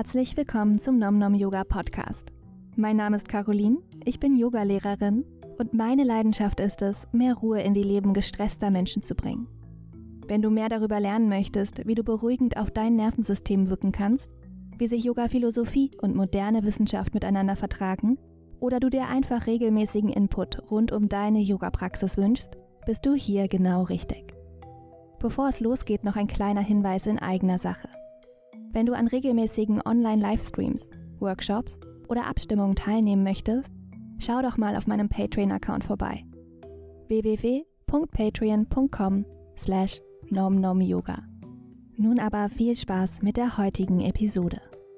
Herzlich willkommen zum Nom Nom Yoga Podcast. Mein Name ist Caroline, ich bin Yogalehrerin und meine Leidenschaft ist es, mehr Ruhe in die Leben gestresster Menschen zu bringen. Wenn du mehr darüber lernen möchtest, wie du beruhigend auf dein Nervensystem wirken kannst, wie sich Yoga-Philosophie und moderne Wissenschaft miteinander vertragen, oder du dir einfach regelmäßigen Input rund um deine Yoga-Praxis wünschst, bist du hier genau richtig. Bevor es losgeht, noch ein kleiner Hinweis in eigener Sache. Wenn du an regelmäßigen Online-Livestreams, Workshops oder Abstimmungen teilnehmen möchtest, schau doch mal auf meinem Patreon-Account vorbei. www.patreon.com/nomnomyoga. Nun aber viel Spaß mit der heutigen Episode.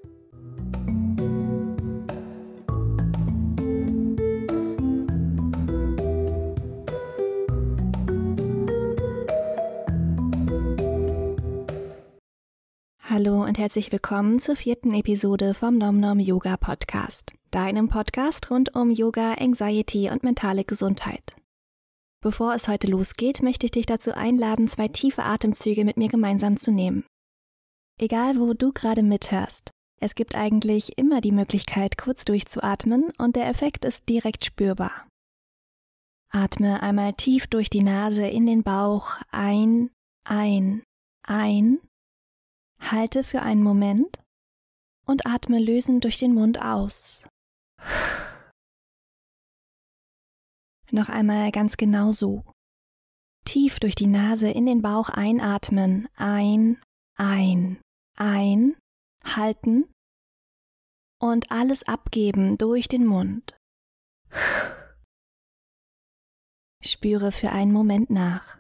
Hallo und herzlich willkommen zur 4. Episode vom Nom Nom Yoga Podcast, deinem Podcast rund um Yoga, Anxiety und mentale Gesundheit. Bevor es heute losgeht, möchte ich dich dazu einladen, 2 tiefe Atemzüge mit mir gemeinsam zu nehmen. Egal, wo du gerade mithörst, es gibt eigentlich immer die Möglichkeit, kurz durchzuatmen und der Effekt ist direkt spürbar. Atme einmal tief durch die Nase in den Bauch ein. Halte für einen Moment und atme lösend durch den Mund aus. Noch einmal ganz genau so. Tief durch die Nase in den Bauch einatmen, ein, halten und alles abgeben durch den Mund. Spüre für einen Moment nach.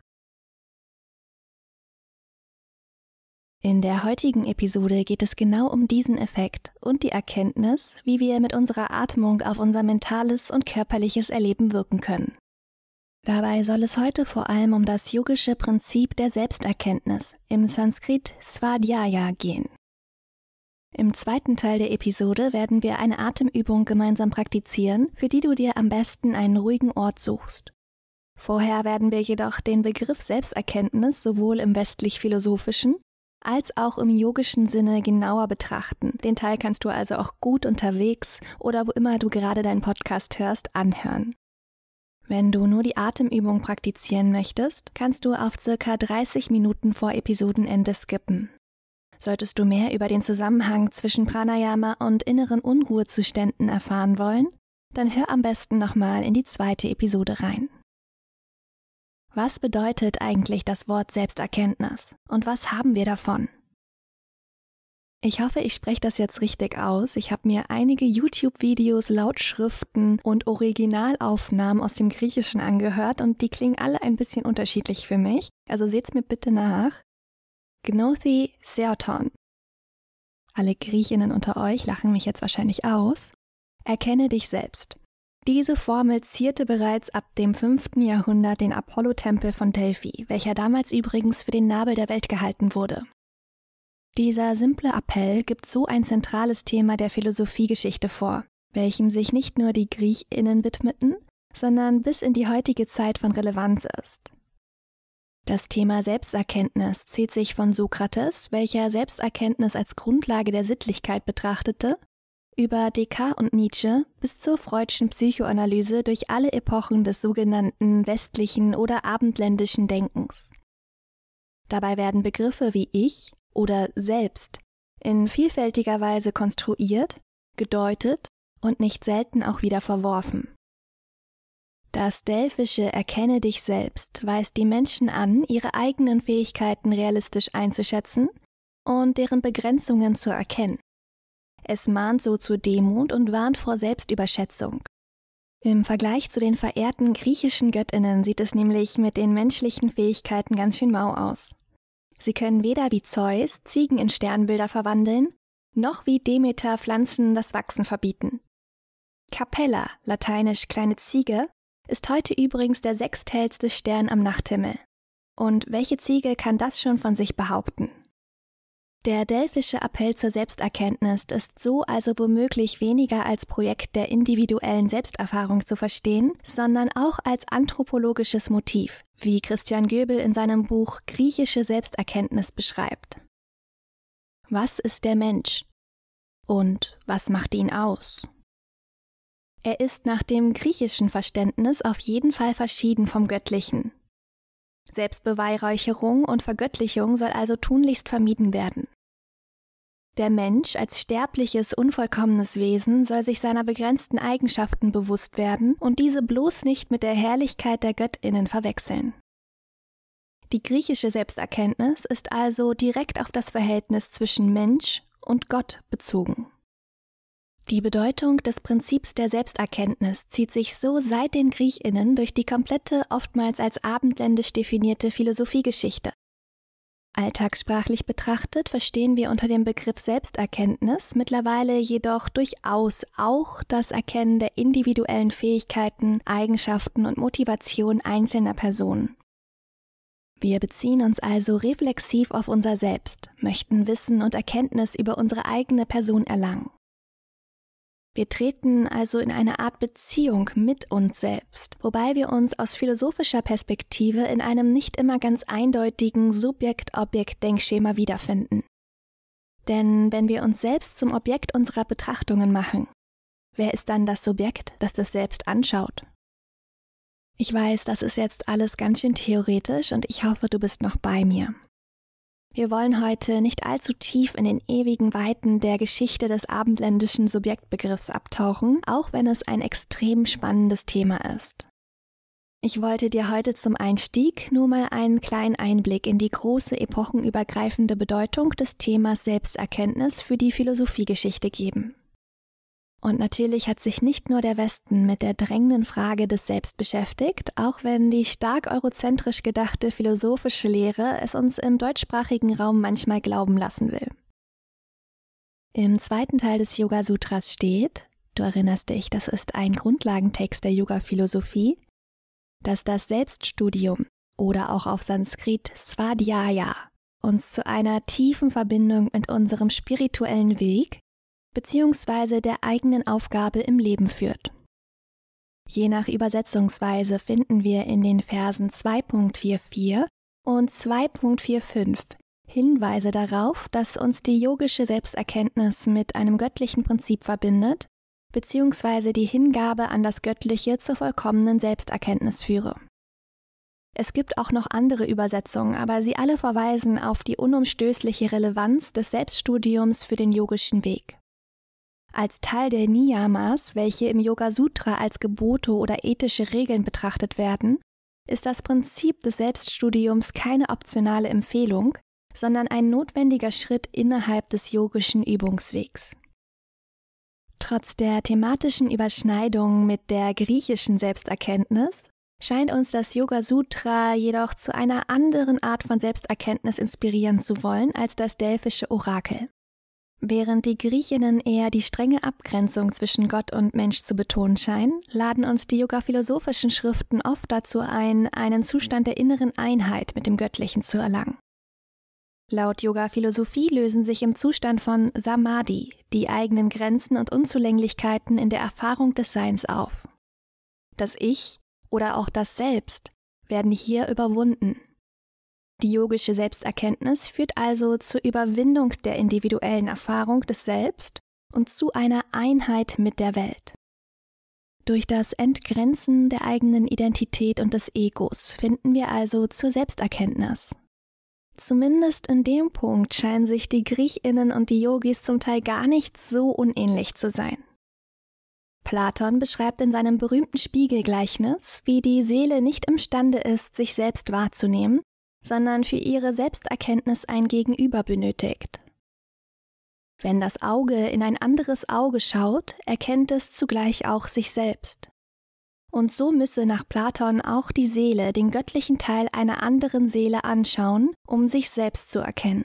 In der heutigen Episode geht es genau um diesen Effekt und die Erkenntnis, wie wir mit unserer Atmung auf unser mentales und körperliches Erleben wirken können. Dabei soll es heute vor allem um das yogische Prinzip der Selbsterkenntnis, im Sanskrit Svadhyaya, gehen. Im zweiten Teil der Episode werden wir eine Atemübung gemeinsam praktizieren, für die du dir am besten einen ruhigen Ort suchst. Vorher werden wir jedoch den Begriff Selbsterkenntnis sowohl im westlich-philosophischen als auch im yogischen Sinne genauer betrachten. Den Teil kannst du also auch gut unterwegs oder wo immer du gerade deinen Podcast hörst, anhören. Wenn du nur die Atemübung praktizieren möchtest, kannst du auf ca. 30 Minuten vor Episodenende skippen. Solltest du mehr über den Zusammenhang zwischen Pranayama und inneren Unruhezuständen erfahren wollen, dann hör am besten nochmal in die 2. Episode rein. Was bedeutet eigentlich das Wort Selbsterkenntnis und was haben wir davon? Ich hoffe, ich spreche das jetzt richtig aus. Ich habe mir einige YouTube-Videos, Lautschriften und Originalaufnahmen aus dem Griechischen angehört und die klingen alle ein bisschen unterschiedlich für mich. Also seht's mir bitte nach. Gnothi Seoton. Alle Griechinnen unter euch lachen mich jetzt wahrscheinlich aus. Erkenne dich selbst. Diese Formel zierte bereits ab dem 5. Jahrhundert den Apollo-Tempel von Delphi, welcher damals übrigens für den Nabel der Welt gehalten wurde. Dieser simple Appell gibt so ein zentrales Thema der Philosophiegeschichte vor, welchem sich nicht nur die GriechInnen widmeten, sondern bis in die heutige Zeit von Relevanz ist. Das Thema Selbsterkenntnis zieht sich von Sokrates, welcher Selbsterkenntnis als Grundlage der Sittlichkeit betrachtete, über Descartes und Nietzsche bis zur freudschen Psychoanalyse durch alle Epochen des sogenannten westlichen oder abendländischen Denkens. Dabei werden Begriffe wie Ich oder Selbst in vielfältiger Weise konstruiert, gedeutet und nicht selten auch wieder verworfen. Das delphische Erkenne dich selbst weist die Menschen an, ihre eigenen Fähigkeiten realistisch einzuschätzen und deren Begrenzungen zu erkennen. Es mahnt so zur Demut und warnt vor Selbstüberschätzung. Im Vergleich zu den verehrten griechischen Göttinnen sieht es nämlich mit den menschlichen Fähigkeiten ganz schön mau aus. Sie können weder wie Zeus Ziegen in Sternbilder verwandeln, noch wie Demeter Pflanzen das Wachsen verbieten. Capella, lateinisch kleine Ziege, ist heute übrigens der 6-hellste Stern am Nachthimmel. Und welche Ziege kann das schon von sich behaupten? Der delphische Appell zur Selbsterkenntnis ist so also womöglich weniger als Projekt der individuellen Selbsterfahrung zu verstehen, sondern auch als anthropologisches Motiv, wie Christian Göbel in seinem Buch Griechische Selbsterkenntnis beschreibt. Was ist der Mensch? Und was macht ihn aus? Er ist nach dem griechischen Verständnis auf jeden Fall verschieden vom Göttlichen. Selbstbeweihräucherung und Vergöttlichung soll also tunlichst vermieden werden. Der Mensch als sterbliches, unvollkommenes Wesen soll sich seiner begrenzten Eigenschaften bewusst werden und diese bloß nicht mit der Herrlichkeit der Göttinnen verwechseln. Die griechische Selbsterkenntnis ist also direkt auf das Verhältnis zwischen Mensch und Gott bezogen. Die Bedeutung des Prinzips der Selbsterkenntnis zieht sich so seit den GriechInnen durch die komplette, oftmals als abendländisch definierte Philosophiegeschichte. Alltagssprachlich betrachtet verstehen wir unter dem Begriff Selbsterkenntnis mittlerweile jedoch durchaus auch das Erkennen der individuellen Fähigkeiten, Eigenschaften und Motivation einzelner Personen. Wir beziehen uns also reflexiv auf unser Selbst, möchten Wissen und Erkenntnis über unsere eigene Person erlangen. Wir treten also in eine Art Beziehung mit uns selbst, wobei wir uns aus philosophischer Perspektive in einem nicht immer ganz eindeutigen Subjekt-Objekt-Denkschema wiederfinden. Denn wenn wir uns selbst zum Objekt unserer Betrachtungen machen, wer ist dann das Subjekt, das das Selbst anschaut? Ich weiß, das ist jetzt alles ganz schön theoretisch und ich hoffe, du bist noch bei mir. Wir wollen heute nicht allzu tief in den ewigen Weiten der Geschichte des abendländischen Subjektbegriffs abtauchen, auch wenn es ein extrem spannendes Thema ist. Ich wollte dir heute zum Einstieg nur mal einen kleinen Einblick in die große epochenübergreifende Bedeutung des Themas Selbsterkenntnis für die Philosophiegeschichte geben. Und natürlich hat sich nicht nur der Westen mit der drängenden Frage des Selbst beschäftigt, auch wenn die stark eurozentrisch gedachte philosophische Lehre es uns im deutschsprachigen Raum manchmal glauben lassen will. Im zweiten Teil des Yoga-Sutras steht, du erinnerst dich, das ist ein Grundlagentext der Yoga-Philosophie, dass das Selbststudium oder auch auf Sanskrit Svadhyaya uns zu einer tiefen Verbindung mit unserem spirituellen Weg bzw. der eigenen Aufgabe im Leben führt. Je nach Übersetzungsweise finden wir in den Versen 2.44 und 2.45 Hinweise darauf, dass uns die yogische Selbsterkenntnis mit einem göttlichen Prinzip verbindet, bzw. die Hingabe an das Göttliche zur vollkommenen Selbsterkenntnis führe. Es gibt auch noch andere Übersetzungen, aber sie alle verweisen auf die unumstößliche Relevanz des Selbststudiums für den yogischen Weg. Als Teil der Niyamas, welche im Yoga-Sutra als Gebote oder ethische Regeln betrachtet werden, ist das Prinzip des Selbststudiums keine optionale Empfehlung, sondern ein notwendiger Schritt innerhalb des yogischen Übungswegs. Trotz der thematischen Überschneidung mit der griechischen Selbsterkenntnis scheint uns das Yoga-Sutra jedoch zu einer anderen Art von Selbsterkenntnis inspirieren zu wollen als das delphische Orakel. Während die Griechinnen eher die strenge Abgrenzung zwischen Gott und Mensch zu betonen scheinen, laden uns die yoga-philosophischen Schriften oft dazu ein, einen Zustand der inneren Einheit mit dem Göttlichen zu erlangen. Laut Yoga-Philosophie lösen sich im Zustand von Samadhi die eigenen Grenzen und Unzulänglichkeiten in der Erfahrung des Seins auf. Das Ich oder auch das Selbst werden hier überwunden. Die yogische Selbsterkenntnis führt also zur Überwindung der individuellen Erfahrung des Selbst und zu einer Einheit mit der Welt. Durch das Entgrenzen der eigenen Identität und des Egos finden wir also zur Selbsterkenntnis. Zumindest in dem Punkt scheinen sich die GriechInnen und die Yogis zum Teil gar nicht so unähnlich zu sein. Platon beschreibt in seinem berühmten Spiegelgleichnis, wie die Seele nicht imstande ist, sich selbst wahrzunehmen, sondern für ihre Selbsterkenntnis ein Gegenüber benötigt. Wenn das Auge in ein anderes Auge schaut, erkennt es zugleich auch sich selbst. Und so müsse nach Platon auch die Seele den göttlichen Teil einer anderen Seele anschauen, um sich selbst zu erkennen.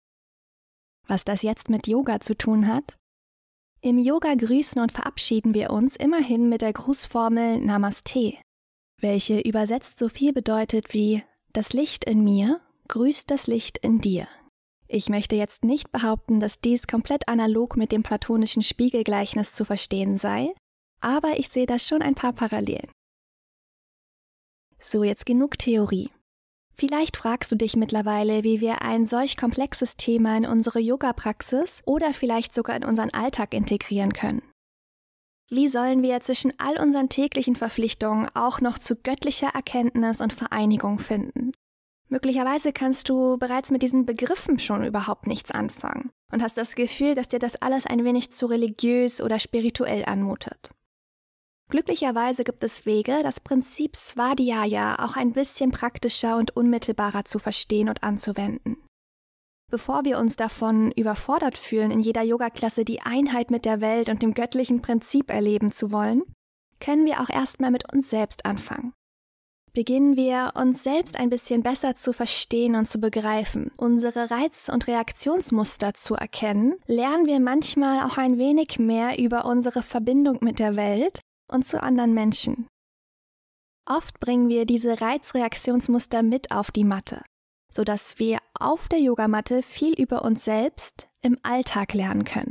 Was das jetzt mit Yoga zu tun hat? Im Yoga grüßen und verabschieden wir uns immerhin mit der Grußformel Namaste, welche übersetzt so viel bedeutet wie das Licht in mir grüßt das Licht in dir. Ich möchte jetzt nicht behaupten, dass dies komplett analog mit dem platonischen Spiegelgleichnis zu verstehen sei, aber ich sehe da schon ein paar Parallelen. So, jetzt genug Theorie. Vielleicht fragst du dich mittlerweile, wie wir ein solch komplexes Thema in unsere Yoga-Praxis oder vielleicht sogar in unseren Alltag integrieren können. Wie sollen wir zwischen all unseren täglichen Verpflichtungen auch noch zu göttlicher Erkenntnis und Vereinigung finden? Möglicherweise kannst du bereits mit diesen Begriffen schon überhaupt nichts anfangen und hast das Gefühl, dass dir das alles ein wenig zu religiös oder spirituell anmutet. Glücklicherweise gibt es Wege, das Prinzip Svadhyaya auch ein bisschen praktischer und unmittelbarer zu verstehen und anzuwenden. Bevor wir uns davon überfordert fühlen, in jeder Yogaklasse die Einheit mit der Welt und dem göttlichen Prinzip erleben zu wollen, können wir auch erstmal mit uns selbst anfangen. Beginnen wir, uns selbst ein bisschen besser zu verstehen und zu begreifen, unsere Reiz- und Reaktionsmuster zu erkennen, lernen wir manchmal auch ein wenig mehr über unsere Verbindung mit der Welt und zu anderen Menschen. Oft bringen wir diese Reizreaktionsmuster mit auf die Matte, sodass wir auf der Yogamatte viel über uns selbst im Alltag lernen können.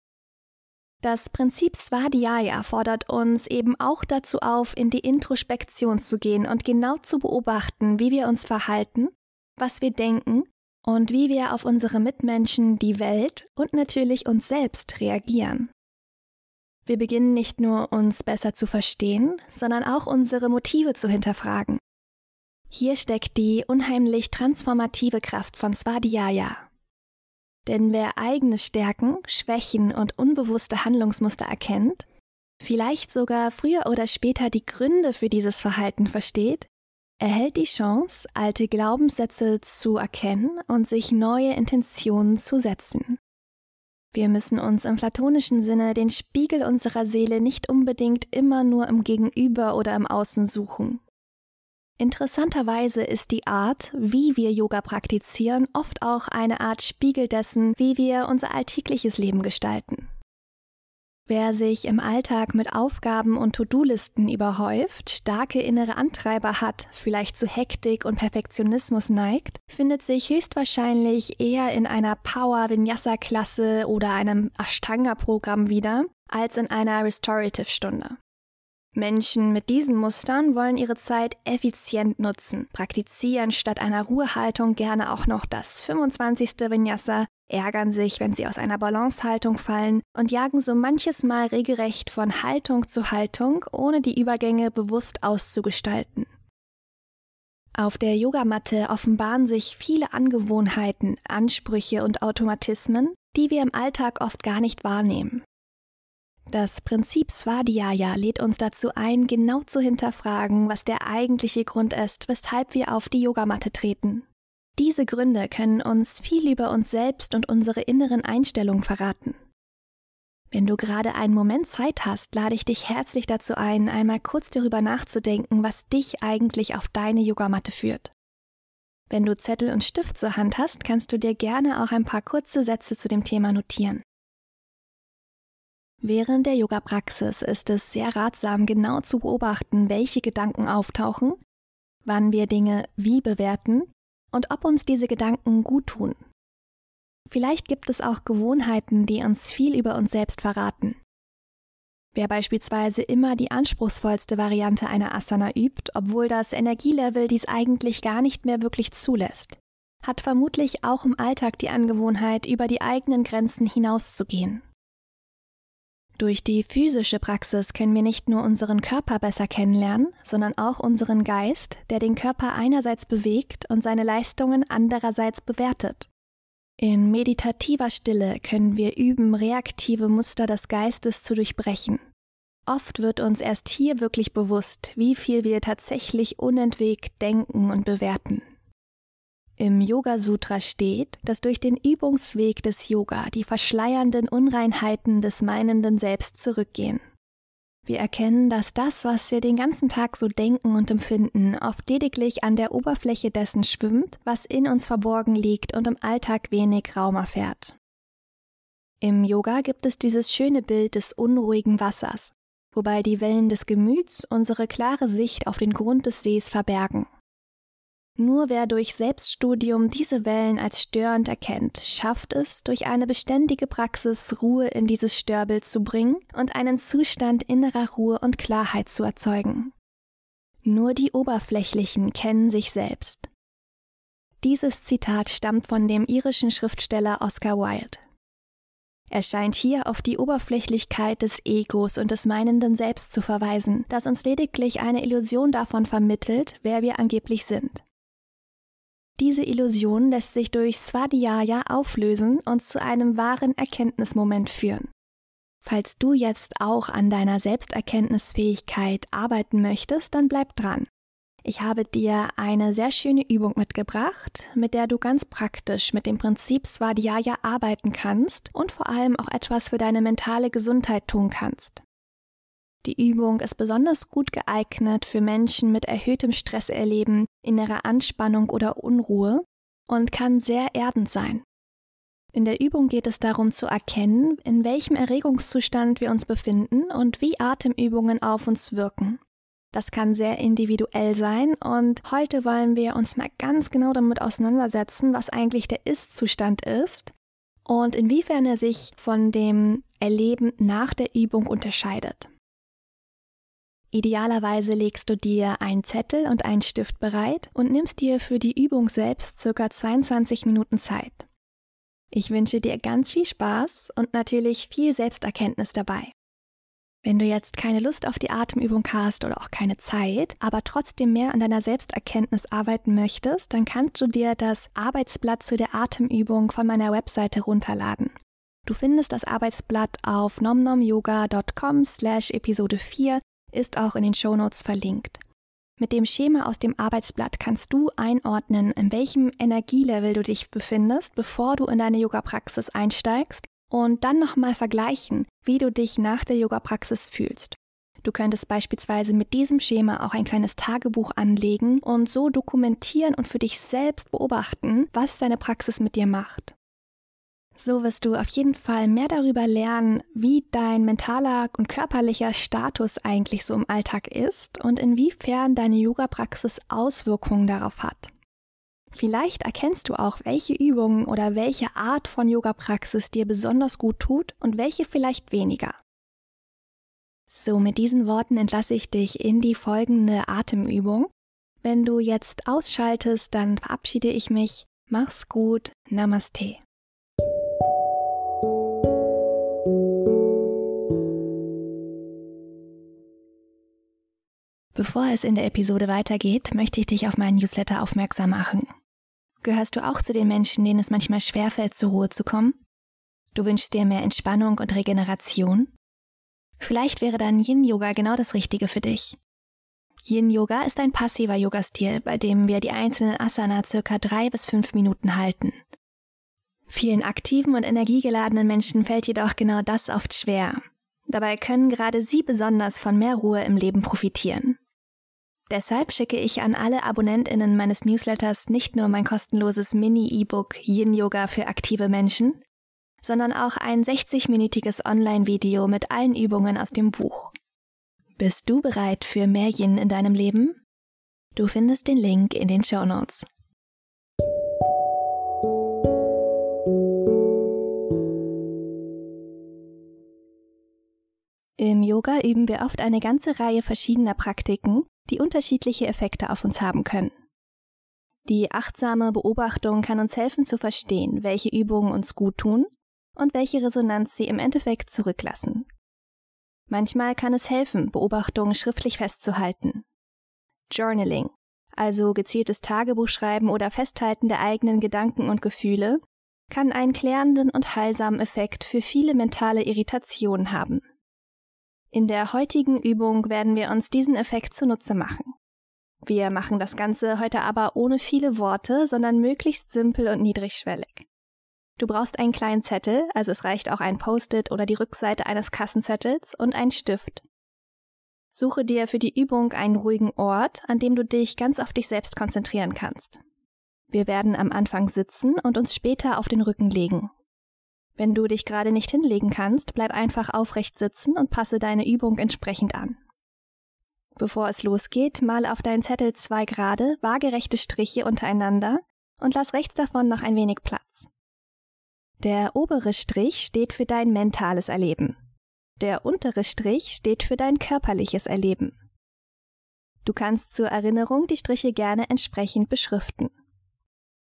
Das Prinzip Svadhyaya fordert uns eben auch dazu auf, in die Introspektion zu gehen und genau zu beobachten, wie wir uns verhalten, was wir denken und wie wir auf unsere Mitmenschen, die Welt und natürlich uns selbst reagieren. Wir beginnen nicht nur, uns besser zu verstehen, sondern auch unsere Motive zu hinterfragen. Hier steckt die unheimlich transformative Kraft von Svadhyaya. Denn wer eigene Stärken, Schwächen und unbewusste Handlungsmuster erkennt, vielleicht sogar früher oder später die Gründe für dieses Verhalten versteht, erhält die Chance, alte Glaubenssätze zu erkennen und sich neue Intentionen zu setzen. Wir müssen uns im platonischen Sinne den Spiegel unserer Seele nicht unbedingt immer nur im Gegenüber oder im Außen suchen. Interessanterweise ist die Art, wie wir Yoga praktizieren, oft auch eine Art Spiegel dessen, wie wir unser alltägliches Leben gestalten. Wer sich im Alltag mit Aufgaben und To-Do-Listen überhäuft, starke innere Antreiber hat, vielleicht zu Hektik und Perfektionismus neigt, findet sich höchstwahrscheinlich eher in einer Power-Vinyasa-Klasse oder einem Ashtanga-Programm wieder, als in einer Restorative-Stunde. Menschen mit diesen Mustern wollen ihre Zeit effizient nutzen, praktizieren statt einer Ruhehaltung gerne auch noch das 25. Vinyasa, ärgern sich, wenn sie aus einer Balancehaltung fallen und jagen so manches Mal regelrecht von Haltung zu Haltung, ohne die Übergänge bewusst auszugestalten. Auf der Yogamatte offenbaren sich viele Angewohnheiten, Ansprüche und Automatismen, die wir im Alltag oft gar nicht wahrnehmen. Das Prinzip Svadhyaya lädt uns dazu ein, genau zu hinterfragen, was der eigentliche Grund ist, weshalb wir auf die Yogamatte treten. Diese Gründe können uns viel über uns selbst und unsere inneren Einstellungen verraten. Wenn du gerade einen Moment Zeit hast, lade ich dich herzlich dazu ein, einmal kurz darüber nachzudenken, was dich eigentlich auf deine Yogamatte führt. Wenn du Zettel und Stift zur Hand hast, kannst du dir gerne auch ein paar kurze Sätze zu dem Thema notieren. Während der Yoga-Praxis ist es sehr ratsam, genau zu beobachten, welche Gedanken auftauchen, wann wir Dinge wie bewerten und ob uns diese Gedanken gut tun. Vielleicht gibt es auch Gewohnheiten, die uns viel über uns selbst verraten. Wer beispielsweise immer die anspruchsvollste Variante einer Asana übt, obwohl das Energielevel dies eigentlich gar nicht mehr wirklich zulässt, hat vermutlich auch im Alltag die Angewohnheit, über die eigenen Grenzen hinauszugehen. Durch die physische Praxis können wir nicht nur unseren Körper besser kennenlernen, sondern auch unseren Geist, der den Körper einerseits bewegt und seine Leistungen andererseits bewertet. In meditativer Stille können wir üben, reaktive Muster des Geistes zu durchbrechen. Oft wird uns erst hier wirklich bewusst, wie viel wir tatsächlich unentwegt denken und bewerten. Im Yoga-Sutra steht, dass durch den Übungsweg des Yoga die verschleiernden Unreinheiten des meinenden Selbst zurückgehen. Wir erkennen, dass das, was wir den ganzen Tag so denken und empfinden, oft lediglich an der Oberfläche dessen schwimmt, was in uns verborgen liegt und im Alltag wenig Raum erfährt. Im Yoga gibt es dieses schöne Bild des unruhigen Wassers, wobei die Wellen des Gemüts unsere klare Sicht auf den Grund des Sees verbergen. Nur wer durch Selbststudium diese Wellen als störend erkennt, schafft es, durch eine beständige Praxis Ruhe in dieses Störbild zu bringen und einen Zustand innerer Ruhe und Klarheit zu erzeugen. Nur die Oberflächlichen kennen sich selbst. Dieses Zitat stammt von dem irischen Schriftsteller Oscar Wilde. Er scheint hier auf die Oberflächlichkeit des Egos und des meinenden Selbst zu verweisen, das uns lediglich eine Illusion davon vermittelt, wer wir angeblich sind. Diese Illusion lässt sich durch Svadhyaya auflösen und zu einem wahren Erkenntnismoment führen. Falls du jetzt auch an deiner Selbsterkenntnisfähigkeit arbeiten möchtest, dann bleib dran. Ich habe dir eine sehr schöne Übung mitgebracht, mit der du ganz praktisch mit dem Prinzip Svadhyaya arbeiten kannst und vor allem auch etwas für deine mentale Gesundheit tun kannst. Die Übung ist besonders gut geeignet für Menschen mit erhöhtem Stresserleben, innerer Anspannung oder Unruhe und kann sehr erdend sein. In der Übung geht es darum zu erkennen, in welchem Erregungszustand wir uns befinden und wie Atemübungen auf uns wirken. Das kann sehr individuell sein und heute wollen wir uns mal ganz genau damit auseinandersetzen, was eigentlich der Ist-Zustand ist und inwiefern er sich von dem Erleben nach der Übung unterscheidet. Idealerweise legst du dir einen Zettel und einen Stift bereit und nimmst dir für die Übung selbst ca. 22 Minuten Zeit. Ich wünsche dir ganz viel Spaß und natürlich viel Selbsterkenntnis dabei. Wenn du jetzt keine Lust auf die Atemübung hast oder auch keine Zeit, aber trotzdem mehr an deiner Selbsterkenntnis arbeiten möchtest, dann kannst du dir das Arbeitsblatt zu der Atemübung von meiner Webseite runterladen. Du findest das Arbeitsblatt auf nomnomyoga.com/Episode 4, ist auch in den Shownotes verlinkt. Mit dem Schema aus dem Arbeitsblatt kannst du einordnen, in welchem Energielevel du dich befindest, bevor du in deine Yoga-Praxis einsteigst und dann nochmal vergleichen, wie du dich nach der Yoga-Praxis fühlst. Du könntest beispielsweise mit diesem Schema auch ein kleines Tagebuch anlegen und so dokumentieren und für dich selbst beobachten, was deine Praxis mit dir macht. So wirst du auf jeden Fall mehr darüber lernen, wie dein mentaler und körperlicher Status eigentlich so im Alltag ist und inwiefern deine Yoga-Praxis Auswirkungen darauf hat. Vielleicht erkennst du auch, welche Übungen oder welche Art von Yoga-Praxis dir besonders gut tut und welche vielleicht weniger. So, mit diesen Worten entlasse ich dich in die folgende Atemübung. Wenn du jetzt ausschaltest, dann verabschiede ich mich. Mach's gut. Namaste. Bevor es in der Episode weitergeht, möchte ich dich auf meinen Newsletter aufmerksam machen. Gehörst du auch zu den Menschen, denen es manchmal schwerfällt, zur Ruhe zu kommen? Du wünschst dir mehr Entspannung und Regeneration? Vielleicht wäre dann Yin-Yoga genau das Richtige für dich. Yin-Yoga ist ein passiver Yogastil, bei dem wir die einzelnen Asana ca. 3 bis 5 Minuten halten. Vielen aktiven und energiegeladenen Menschen fällt jedoch genau das oft schwer. Dabei können gerade sie besonders von mehr Ruhe im Leben profitieren. Deshalb schicke ich an alle AbonnentInnen meines Newsletters nicht nur mein kostenloses Mini-E-Book Yin-Yoga für aktive Menschen, sondern auch ein 60-minütiges Online-Video mit allen Übungen aus dem Buch. Bist du bereit für mehr Yin in deinem Leben? Du findest den Link in den Shownotes. Im Yoga üben wir oft eine ganze Reihe verschiedener Praktiken, die unterschiedliche Effekte auf uns haben können. Die achtsame Beobachtung kann uns helfen zu verstehen, welche Übungen uns gut tun und welche Resonanz sie im Endeffekt zurücklassen. Manchmal kann es helfen, Beobachtungen schriftlich festzuhalten. Journaling, also gezieltes Tagebuchschreiben oder Festhalten der eigenen Gedanken und Gefühle, kann einen klärenden und heilsamen Effekt für viele mentale Irritationen haben. In der heutigen Übung werden wir uns diesen Effekt zunutze machen. Wir machen das Ganze heute aber ohne viele Worte, sondern möglichst simpel und niedrigschwellig. Du brauchst einen kleinen Zettel, also es reicht auch ein Post-it oder die Rückseite eines Kassenzettels und einen Stift. Suche dir für die Übung einen ruhigen Ort, an dem du dich ganz auf dich selbst konzentrieren kannst. Wir werden am Anfang sitzen und uns später auf den Rücken legen. Wenn du dich gerade nicht hinlegen kannst, bleib einfach aufrecht sitzen und passe deine Übung entsprechend an. Bevor es losgeht, male auf deinen Zettel 2 gerade, waagerechte Striche untereinander und lass rechts davon noch ein wenig Platz. Der obere Strich steht für dein mentales Erleben. Der untere Strich steht für dein körperliches Erleben. Du kannst zur Erinnerung die Striche gerne entsprechend beschriften.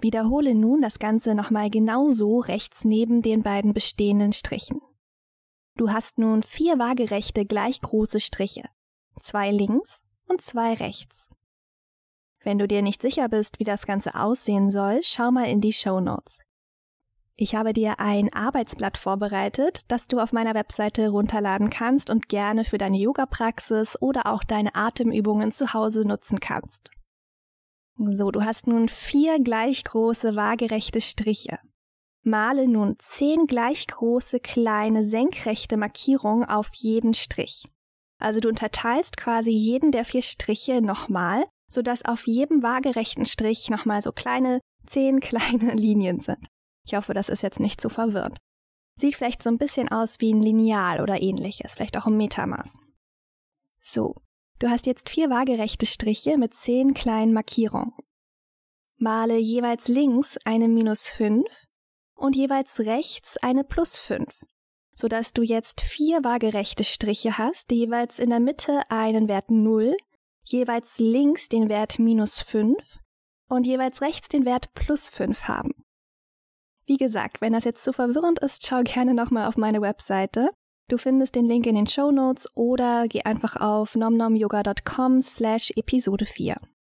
Wiederhole nun das Ganze nochmal genauso rechts neben den beiden bestehenden Strichen. Du hast nun 4 waagerechte gleich große Striche, 2 links und 2 rechts. Wenn du dir nicht sicher bist, wie das Ganze aussehen soll, schau mal in die Shownotes. Ich habe dir ein Arbeitsblatt vorbereitet, das du auf meiner Webseite runterladen kannst und gerne für deine Yoga-Praxis oder auch deine Atemübungen zu Hause nutzen kannst. So, du hast nun 4 gleich große waagerechte Striche. Male nun 10 gleich große kleine senkrechte Markierungen auf jeden Strich. Also du unterteilst quasi jeden der 4 Striche nochmal, sodass auf jedem waagerechten Strich nochmal so 10 kleine Linien sind. Ich hoffe, das ist jetzt nicht zu verwirrend. Sieht vielleicht so ein bisschen aus wie ein Lineal oder ähnliches, vielleicht auch im Metermaß. So, du hast jetzt 4 waagerechte Striche mit 10 kleinen Markierungen. Male jeweils links eine -5 und jeweils rechts eine +5, sodass du jetzt 4 waagerechte Striche hast, die jeweils in der Mitte einen Wert 0, jeweils links den Wert -5 und jeweils rechts den Wert +5 haben. Wie gesagt, wenn das jetzt zu verwirrend ist, schau gerne nochmal auf meine Webseite. Du findest den Link in den Shownotes oder geh einfach auf nomnomyoga.com/Episode 4.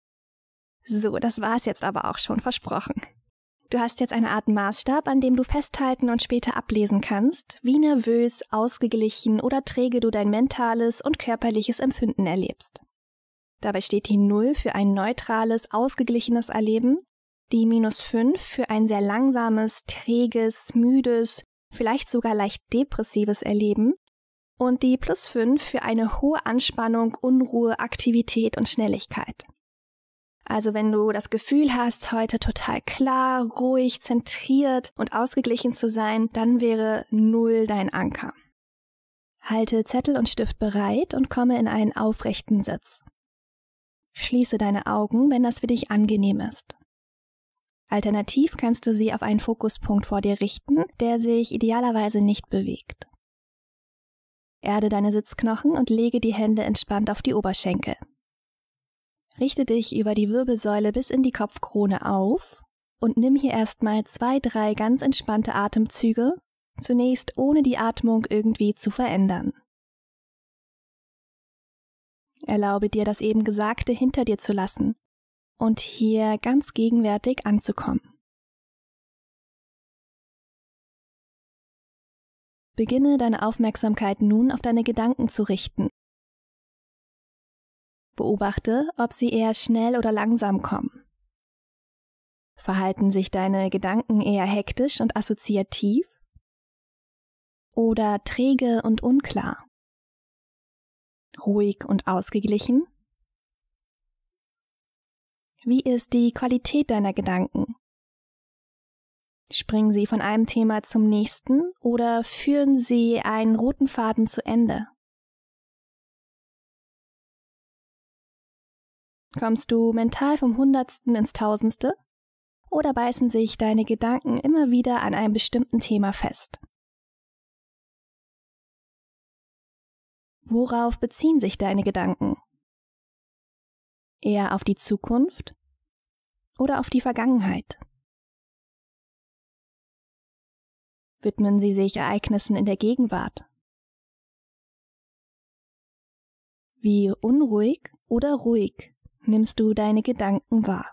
So, das war's jetzt aber auch schon, versprochen. Du hast jetzt eine Art Maßstab, an dem du festhalten und später ablesen kannst, wie nervös, ausgeglichen oder träge du dein mentales und körperliches Empfinden erlebst. Dabei steht die 0 für ein neutrales, ausgeglichenes Erleben, die -5 für ein sehr langsames, träges, müdes, vielleicht sogar leicht depressives Erleben und die +5 für eine hohe Anspannung, Unruhe, Aktivität und Schnelligkeit. Also wenn du das Gefühl hast, heute total klar, ruhig, zentriert und ausgeglichen zu sein, dann wäre 0 dein Anker. Halte Zettel und Stift bereit und komme in einen aufrechten Sitz. Schließe deine Augen, wenn das für dich angenehm ist. Alternativ kannst du sie auf einen Fokuspunkt vor dir richten, der sich idealerweise nicht bewegt. Erde deine Sitzknochen und lege die Hände entspannt auf die Oberschenkel. Richte dich über die Wirbelsäule bis in die Kopfkrone auf und nimm hier erstmal 2, 3 ganz entspannte Atemzüge, zunächst ohne die Atmung irgendwie zu verändern. Erlaube dir, das eben Gesagte hinter dir zu lassen und hier ganz gegenwärtig anzukommen. Beginne deine Aufmerksamkeit nun auf deine Gedanken zu richten. Beobachte, ob sie eher schnell oder langsam kommen. Verhalten sich deine Gedanken eher hektisch und assoziativ oder träge und unklar? Ruhig und ausgeglichen? Wie ist die Qualität deiner Gedanken? Springen sie von einem Thema zum nächsten oder führen sie einen roten Faden zu Ende? Kommst du mental vom Hundertsten ins Tausendste oder beißen sich deine Gedanken immer wieder an einem bestimmten Thema fest? Worauf beziehen sich deine Gedanken? Eher auf die Zukunft oder auf die Vergangenheit? Widmen sie sich Ereignissen in der Gegenwart? Wie unruhig oder ruhig nimmst du deine Gedanken wahr?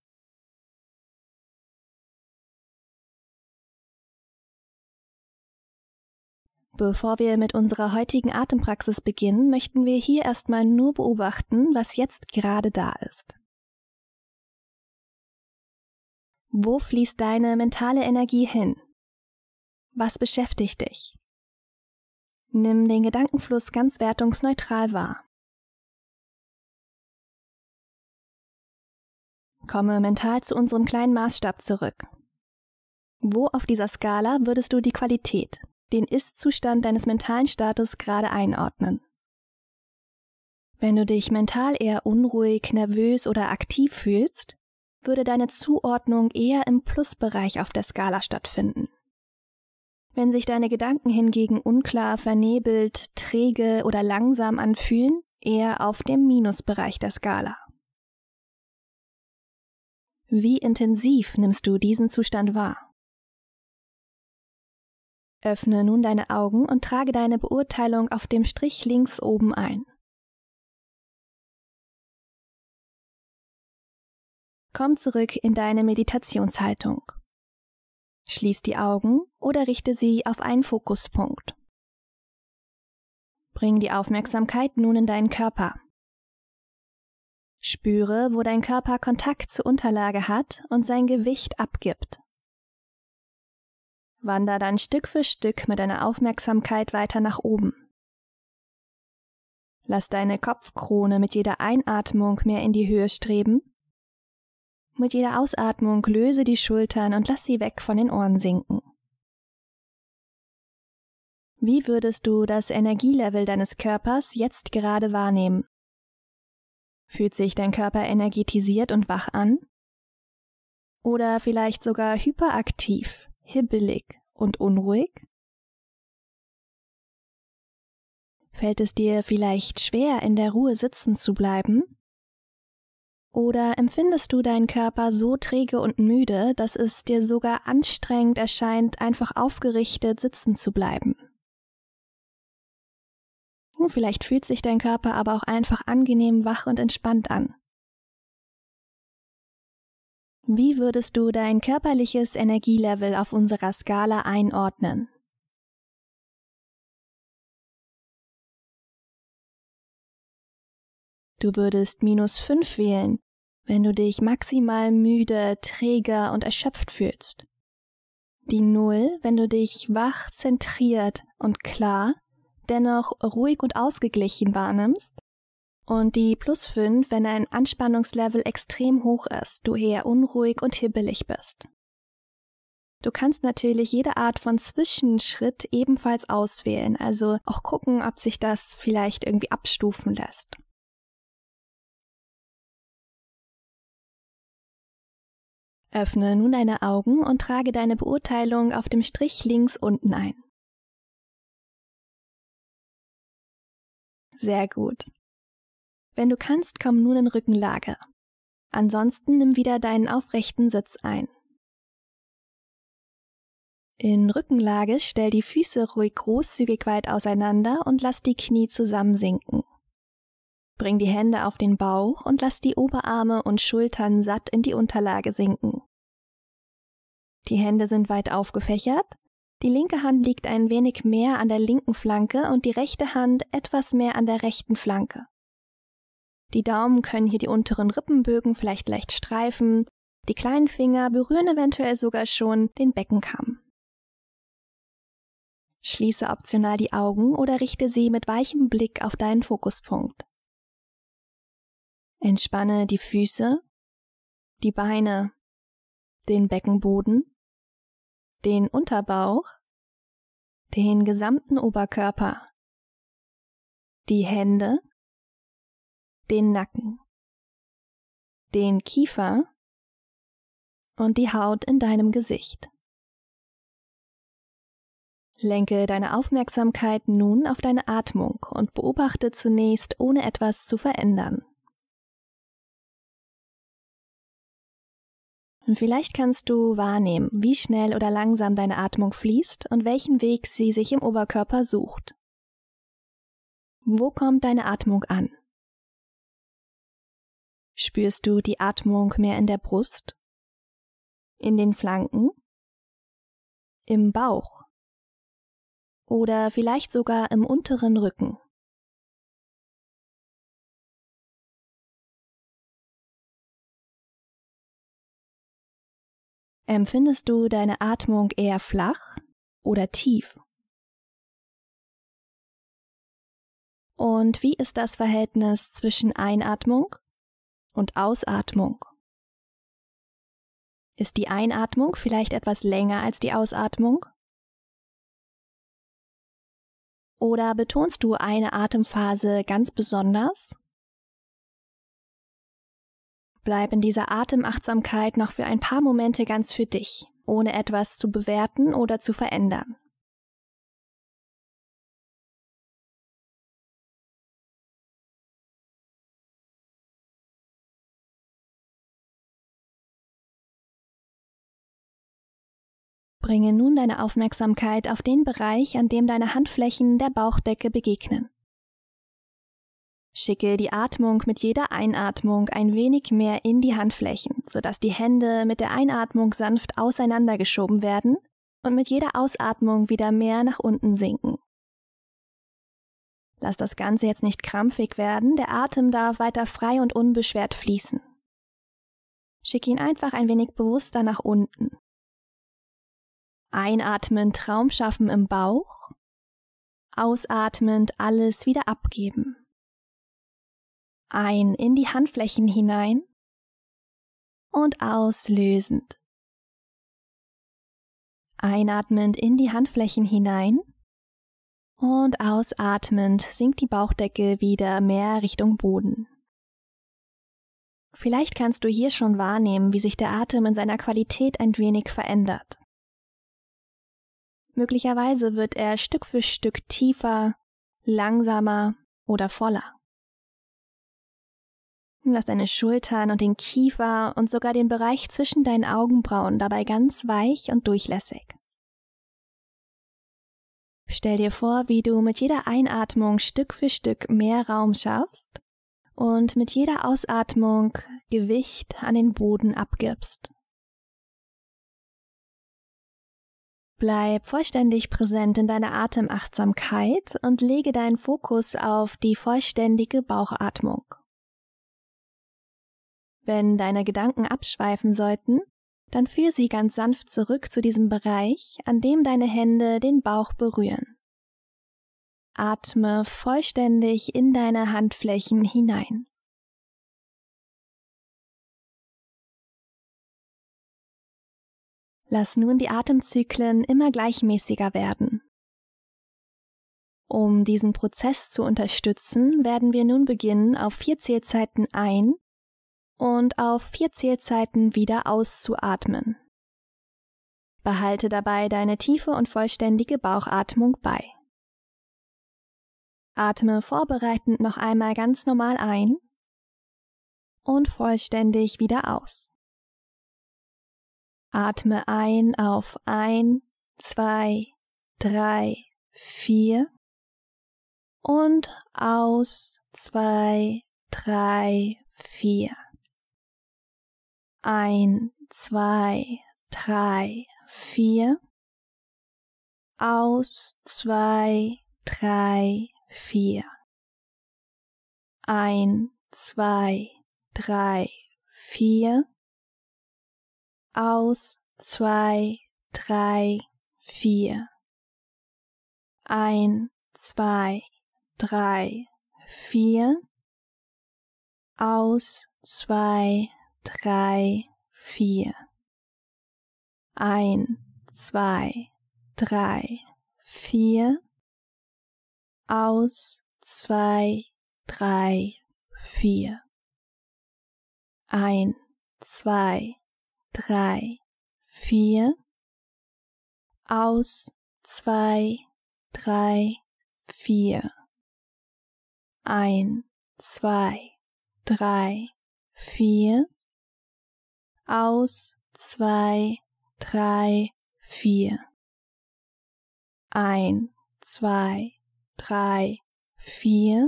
Bevor wir mit unserer heutigen Atempraxis beginnen, möchten wir hier erstmal nur beobachten, was jetzt gerade da ist. Wo fließt deine mentale Energie hin? Was beschäftigt dich? Nimm den Gedankenfluss ganz wertungsneutral wahr. Komme mental zu unserem kleinen Maßstab zurück. Wo auf dieser Skala würdest du die Qualität, den Ist-Zustand deines mentalen Status gerade einordnen? Wenn du dich mental eher unruhig, nervös oder aktiv fühlst, würde deine Zuordnung eher im Plusbereich auf der Skala stattfinden. Wenn sich deine Gedanken hingegen unklar, vernebelt, träge oder langsam anfühlen, eher auf dem Minusbereich der Skala. Wie intensiv nimmst du diesen Zustand wahr? Öffne nun deine Augen und trage deine Beurteilung auf dem Strich links oben ein. Komm zurück in deine Meditationshaltung. Schließ die Augen oder richte sie auf einen Fokuspunkt. Bring die Aufmerksamkeit nun in deinen Körper. Spüre, wo dein Körper Kontakt zur Unterlage hat und sein Gewicht abgibt. Wander dann Stück für Stück mit deiner Aufmerksamkeit weiter nach oben. Lass deine Kopfkrone mit jeder Einatmung mehr in die Höhe streben. Mit jeder Ausatmung löse die Schultern und lass sie weg von den Ohren sinken. Wie würdest du das Energielevel deines Körpers jetzt gerade wahrnehmen? Fühlt sich dein Körper energetisiert und wach an? Oder vielleicht sogar hyperaktiv, hibbelig und unruhig? Fällt es dir vielleicht schwer, in der Ruhe sitzen zu bleiben? Oder empfindest du deinen Körper so träge und müde, dass es dir sogar anstrengend erscheint, einfach aufgerichtet sitzen zu bleiben? Vielleicht fühlt sich dein Körper aber auch einfach angenehm wach und entspannt an. Wie würdest du dein körperliches Energielevel auf unserer Skala einordnen? Du würdest -5 wählen, wenn du dich maximal müde, träge und erschöpft fühlst. Die 0, wenn du dich wach, zentriert und klar, dennoch ruhig und ausgeglichen wahrnimmst. Und die +5, wenn dein Anspannungslevel extrem hoch ist, du eher unruhig und hibbelig bist. Du kannst natürlich jede Art von Zwischenschritt ebenfalls auswählen, also auch gucken, ob sich das vielleicht irgendwie abstufen lässt. Öffne nun deine Augen und trage deine Beurteilung auf dem Strich links unten ein. Sehr gut. Wenn du kannst, komm nun in Rückenlage. Ansonsten nimm wieder deinen aufrechten Sitz ein. In Rückenlage stell die Füße ruhig großzügig weit auseinander und lass die Knie zusammensinken. Bring die Hände auf den Bauch und lass die Oberarme und Schultern satt in die Unterlage sinken. Die Hände sind weit aufgefächert, die linke Hand liegt ein wenig mehr an der linken Flanke und die rechte Hand etwas mehr an der rechten Flanke. Die Daumen können hier die unteren Rippenbögen vielleicht leicht streifen, die kleinen Finger berühren eventuell sogar schon den Beckenkamm. Schließe optional die Augen oder richte sie mit weichem Blick auf deinen Fokuspunkt. Entspanne die Füße, die Beine, den Beckenboden, den Unterbauch, den gesamten Oberkörper, die Hände, den Nacken, den Kiefer und die Haut in deinem Gesicht. Lenke deine Aufmerksamkeit nun auf deine Atmung und beobachte zunächst, ohne etwas zu verändern. Und vielleicht kannst du wahrnehmen, wie schnell oder langsam deine Atmung fließt und welchen Weg sie sich im Oberkörper sucht. Wo kommt deine Atmung an? Spürst du die Atmung mehr in der Brust, in den Flanken, im Bauch oder vielleicht sogar im unteren Rücken? Empfindest du deine Atmung eher flach oder tief? Und wie ist das Verhältnis zwischen Einatmung und Ausatmung? Ist die Einatmung vielleicht etwas länger als die Ausatmung? Oder betonst du eine Atemphase ganz besonders? Bleib in dieser Atemachtsamkeit noch für ein paar Momente ganz für dich, ohne etwas zu bewerten oder zu verändern. Bringe nun deine Aufmerksamkeit auf den Bereich, an dem deine Handflächen der Bauchdecke begegnen. Schicke die Atmung mit jeder Einatmung ein wenig mehr in die Handflächen, sodass die Hände mit der Einatmung sanft auseinandergeschoben werden und mit jeder Ausatmung wieder mehr nach unten sinken. Lass das Ganze jetzt nicht krampfig werden, der Atem darf weiter frei und unbeschwert fließen. Schicke ihn einfach ein wenig bewusster nach unten. Einatmend Raum schaffen im Bauch, ausatmend alles wieder abgeben. Ein in die Handflächen hinein und auslösend. Einatmend in die Handflächen hinein und ausatmend sinkt die Bauchdecke wieder mehr Richtung Boden. Vielleicht kannst du hier schon wahrnehmen, wie sich der Atem in seiner Qualität ein wenig verändert. Möglicherweise wird er Stück für Stück tiefer, langsamer oder voller. Lass deine Schultern und den Kiefer und sogar den Bereich zwischen deinen Augenbrauen dabei ganz weich und durchlässig. Stell dir vor, wie du mit jeder Einatmung Stück für Stück mehr Raum schaffst und mit jeder Ausatmung Gewicht an den Boden abgibst. Bleib vollständig präsent in deiner Atemachtsamkeit und lege deinen Fokus auf die vollständige Bauchatmung. Wenn deine Gedanken abschweifen sollten, dann führe sie ganz sanft zurück zu diesem Bereich, an dem deine Hände den Bauch berühren. Atme vollständig in deine Handflächen hinein. Lass nun die Atemzyklen immer gleichmäßiger werden. Um diesen Prozess zu unterstützen, werden wir nun beginnen, auf 4 Zählzeiten ein- und auf 4 Zählzeiten wieder auszuatmen. Behalte dabei deine tiefe und vollständige Bauchatmung bei. Atme vorbereitend noch einmal ganz normal ein und vollständig wieder aus. Atme ein auf 1, 2, 3, 4 und aus 2, 3, 4. 1, 2, 3, 4. Aus 2, 3, 4. 1, 2, 3, 4. Aus 2, 3, 4. 1, 2, 3, 4. Aus 2, 3, 4. 1, 2, 3, 4. Aus 2, 3, 4. 1, 2, 3, 4. Aus 2, 3, 4. 1, 2, 3, 4. Aus 2, 3, 4. 1, 2, 3, 4.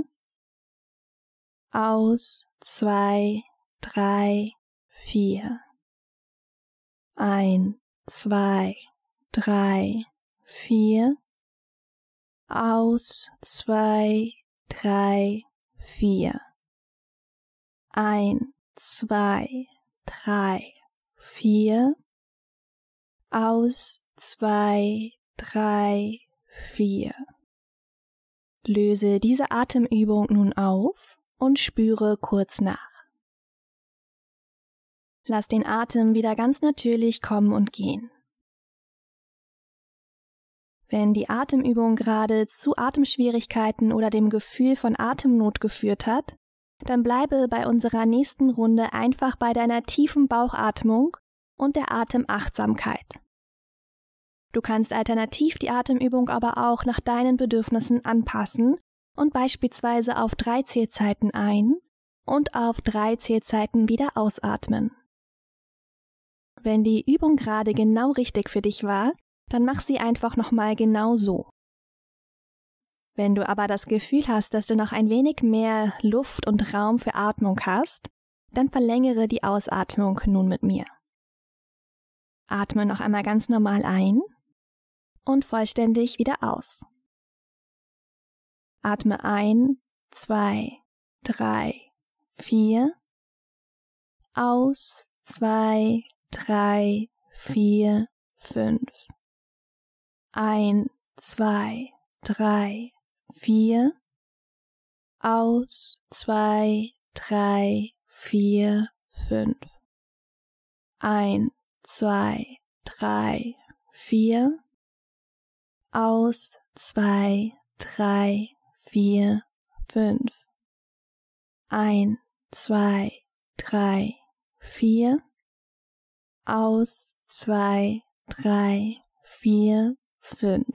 Aus 2, 3, 4. 1, 2, 3, 4. Aus 2, 3, 4. 1, 2, 3, 4. Aus 2, 3, 4. Löse diese Atemübung nun auf und spüre kurz nach. Lass den Atem wieder ganz natürlich kommen und gehen. Wenn die Atemübung gerade zu Atemschwierigkeiten oder dem Gefühl von Atemnot geführt hat, dann bleibe bei unserer nächsten Runde einfach bei deiner tiefen Bauchatmung und der Atemachtsamkeit. Du kannst alternativ die Atemübung aber auch nach deinen Bedürfnissen anpassen und beispielsweise auf 3 Zählzeiten ein- und auf 3 Zählzeiten wieder ausatmen. Wenn die Übung gerade genau richtig für dich war, dann mach sie einfach nochmal genau so. Wenn du aber das Gefühl hast, dass du noch ein wenig mehr Luft und Raum für Atmung hast, dann verlängere die Ausatmung nun mit mir. Atme noch einmal ganz normal ein und vollständig wieder aus. Atme ein, 2, 3, 4. Aus, 2, 3, 4, 5. 1, 2, 3, 4. Aus, 2, 3, 4, 5. 1, 2, 3, 4. Aus, 2, 3, 4, 5. 1, 2, 3, 4. Aus, 2, 3, 4, 5.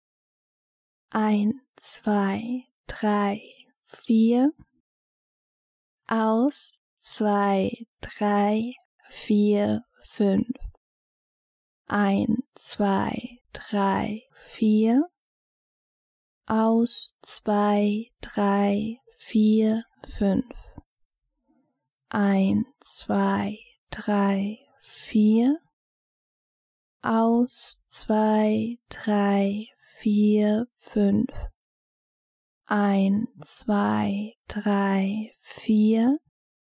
1, 2, 3, 4. Aus, 2, 3, 4, 5. 1, 2, 3, 4. Aus, 2, 3, 4, 5. 1, 2, 3, 4. Aus, 2, 3, 4, 5. 1, 2, 3, 4.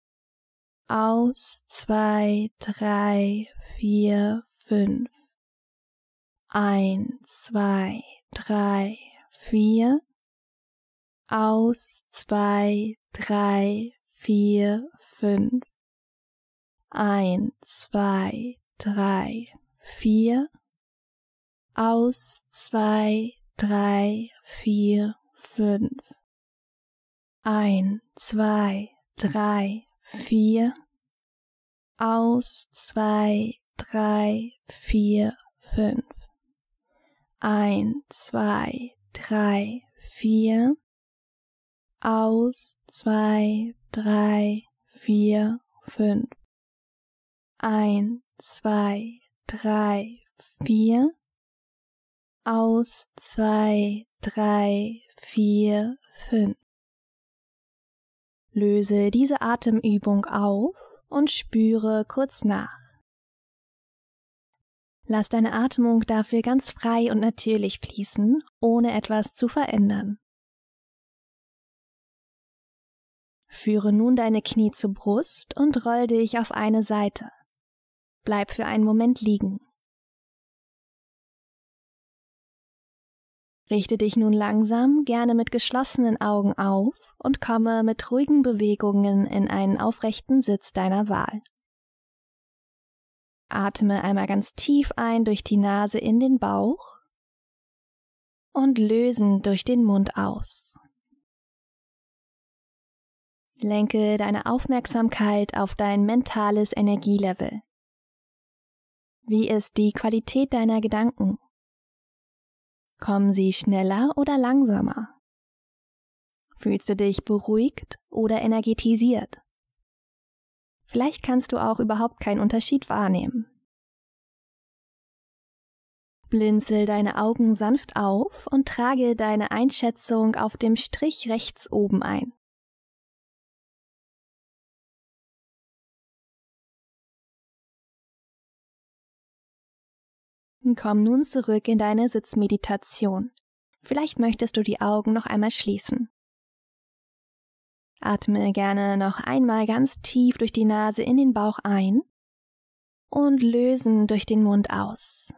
Aus, 2, 3, 4, 5. 1, 2, 3, 4. Aus, 2, 3, 4, 5. 1, 2, 3, 4. Aus, 2, 3, 4, 5. 1, 2, 3, 4. Aus, 2, 3, 4, 5. 1, 2, 3, 4. Aus, 2, 3, 4, 5. 1, 2, 3, 4. Aus, 2, 3, 4, 5. Löse diese Atemübung auf und spüre kurz nach. Lass deine Atmung dafür ganz frei und natürlich fließen, ohne etwas zu verändern. Führe nun deine Knie zur Brust und roll dich auf eine Seite. Bleib für einen Moment liegen. Richte dich nun langsam, gerne mit geschlossenen Augen auf und komme mit ruhigen Bewegungen in einen aufrechten Sitz deiner Wahl. Atme einmal ganz tief ein durch die Nase in den Bauch und lösen durch den Mund aus. Lenke deine Aufmerksamkeit auf dein mentales Energielevel. Wie ist die Qualität deiner Gedanken? Kommen sie schneller oder langsamer? Fühlst du dich beruhigt oder energetisiert? Vielleicht kannst du auch überhaupt keinen Unterschied wahrnehmen. Blinzel deine Augen sanft auf und trage deine Einschätzung auf dem Strich rechts oben ein. Komm nun zurück in deine Sitzmeditation. Vielleicht möchtest du die Augen noch einmal schließen. Atme gerne noch einmal ganz tief durch die Nase in den Bauch ein und lösen durch den Mund aus.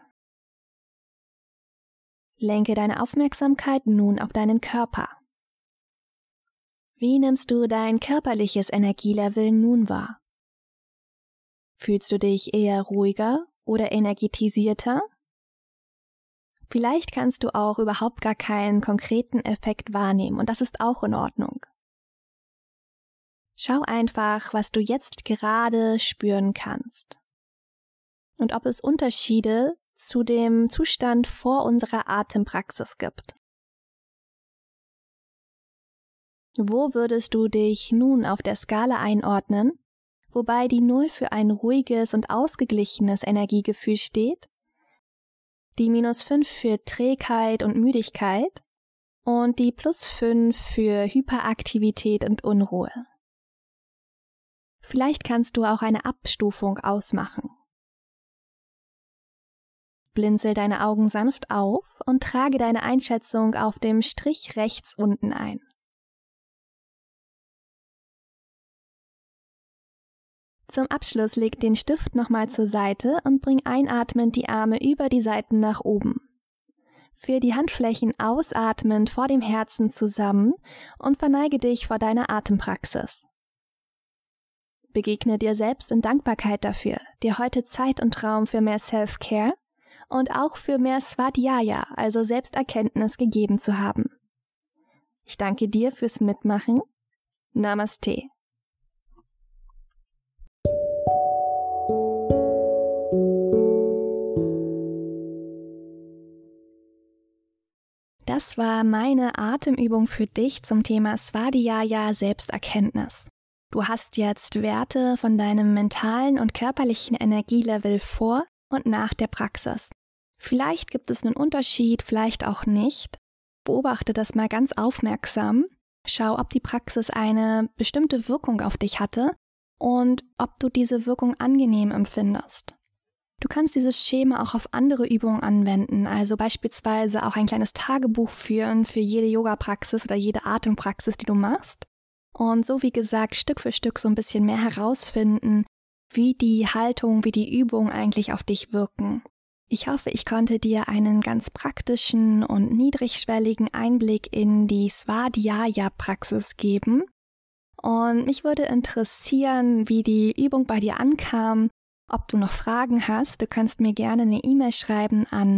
Lenke deine Aufmerksamkeit nun auf deinen Körper. Wie nimmst du dein körperliches Energielevel nun wahr? Fühlst du dich eher ruhiger oder energetisierter? Vielleicht kannst du auch überhaupt gar keinen konkreten Effekt wahrnehmen und das ist auch in Ordnung. Schau einfach, was du jetzt gerade spüren kannst und ob es Unterschiede zu dem Zustand vor unserer Atempraxis gibt. Wo würdest du dich nun auf der Skala einordnen, wobei die 0 für ein ruhiges und ausgeglichenes Energiegefühl steht die -5 für Trägheit und Müdigkeit und die +5 für Hyperaktivität und Unruhe. Vielleicht kannst du auch eine Abstufung ausmachen. Blinzel deine Augen sanft auf und trage deine Einschätzung auf dem Strich rechts unten ein. Zum Abschluss leg den Stift nochmal zur Seite und bring einatmend die Arme über die Seiten nach oben. Führ die Handflächen ausatmend vor dem Herzen zusammen und verneige dich vor deiner Atempraxis. Begegne dir selbst in Dankbarkeit dafür, dir heute Zeit und Raum für mehr Self-Care und auch für mehr Svadhyaya, also Selbsterkenntnis, gegeben zu haben. Ich danke dir fürs Mitmachen. Namaste. Das war meine Atemübung für dich zum Thema Svadhyaya Selbsterkenntnis. Du hast jetzt Werte von deinem mentalen und körperlichen Energielevel vor und nach der Praxis. Vielleicht gibt es einen Unterschied, vielleicht auch nicht. Beobachte das mal ganz aufmerksam. Schau, ob die Praxis eine bestimmte Wirkung auf dich hatte und ob du diese Wirkung angenehm empfindest. Du kannst dieses Schema auch auf andere Übungen anwenden, also beispielsweise auch ein kleines Tagebuch führen für jede Yoga-Praxis oder jede Atempraxis, die du machst. Und so wie gesagt, Stück für Stück so ein bisschen mehr herausfinden, wie die Haltung, wie die Übungen eigentlich auf dich wirken. Ich hoffe, ich konnte dir einen ganz praktischen und niedrigschwelligen Einblick in die Svadhyaya-Praxis geben. Und mich würde interessieren, wie die Übung bei dir ankam, ob du noch Fragen hast. Du kannst mir gerne eine E-Mail schreiben an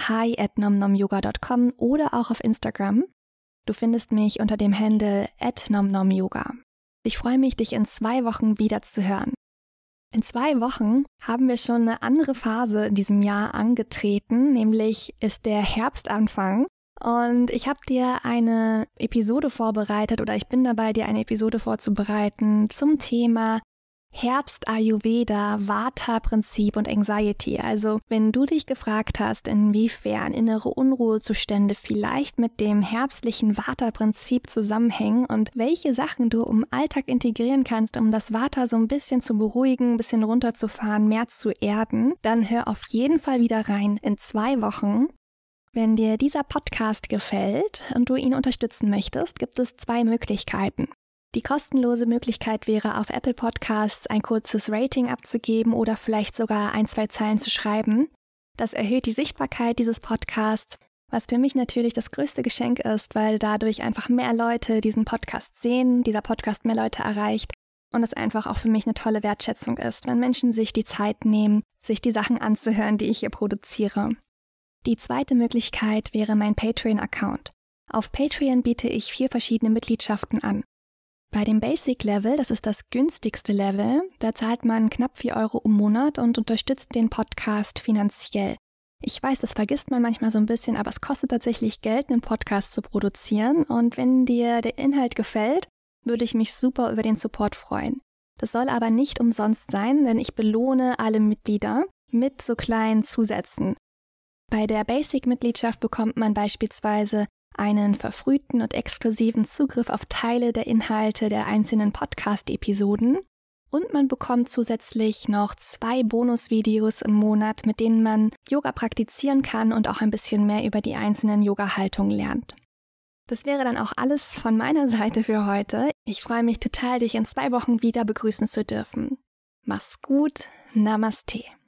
hi@nomnomyoga.com oder auch auf Instagram. Du findest mich unter dem Handle @nomnomyoga. Ich freue mich, dich in 2 Wochen wieder zu hören. In 2 Wochen haben wir schon eine andere Phase in diesem Jahr angetreten, nämlich ist der Herbstanfang. Und ich habe dir eine Episode vorbereitet oder ich bin dabei, dir eine Episode vorzubereiten zum Thema Herbst, Ayurveda, Vata-Prinzip und Anxiety. Also wenn du dich gefragt hast, inwiefern innere Unruhezustände vielleicht mit dem herbstlichen Vata-Prinzip zusammenhängen und welche Sachen du im Alltag integrieren kannst, um das Vata so ein bisschen zu beruhigen, ein bisschen runterzufahren, mehr zu erden, dann hör auf jeden Fall wieder rein in 2 Wochen. Wenn dir dieser Podcast gefällt und du ihn unterstützen möchtest, gibt es 2 Möglichkeiten. Die kostenlose Möglichkeit wäre, auf Apple Podcasts ein kurzes Rating abzugeben oder vielleicht sogar 1, 2 Zeilen zu schreiben. Das erhöht die Sichtbarkeit dieses Podcasts, was für mich natürlich das größte Geschenk ist, weil dadurch einfach mehr Leute diesen Podcast sehen, dieser Podcast mehr Leute erreicht und es einfach auch für mich eine tolle Wertschätzung ist, wenn Menschen sich die Zeit nehmen, sich die Sachen anzuhören, die ich hier produziere. Die zweite Möglichkeit wäre mein Patreon-Account. Auf Patreon biete ich 4 verschiedene Mitgliedschaften an. Bei dem Basic Level, das ist das günstigste Level, da zahlt man knapp 4 € im Monat und unterstützt den Podcast finanziell. Ich weiß, das vergisst man manchmal so ein bisschen, aber es kostet tatsächlich Geld, einen Podcast zu produzieren. Und wenn dir der Inhalt gefällt, würde ich mich super über den Support freuen. Das soll aber nicht umsonst sein, denn ich belohne alle Mitglieder mit so kleinen Zusätzen. Bei der Basic-Mitgliedschaft bekommt man beispielsweise einen verfrühten und exklusiven Zugriff auf Teile der Inhalte der einzelnen Podcast-Episoden und man bekommt zusätzlich noch 2 Bonusvideos im Monat, mit denen man Yoga praktizieren kann und auch ein bisschen mehr über die einzelnen Yoga-Haltungen lernt. Das wäre dann auch alles von meiner Seite für heute. Ich freue mich total, dich in 2 Wochen wieder begrüßen zu dürfen. Mach's gut, Namaste.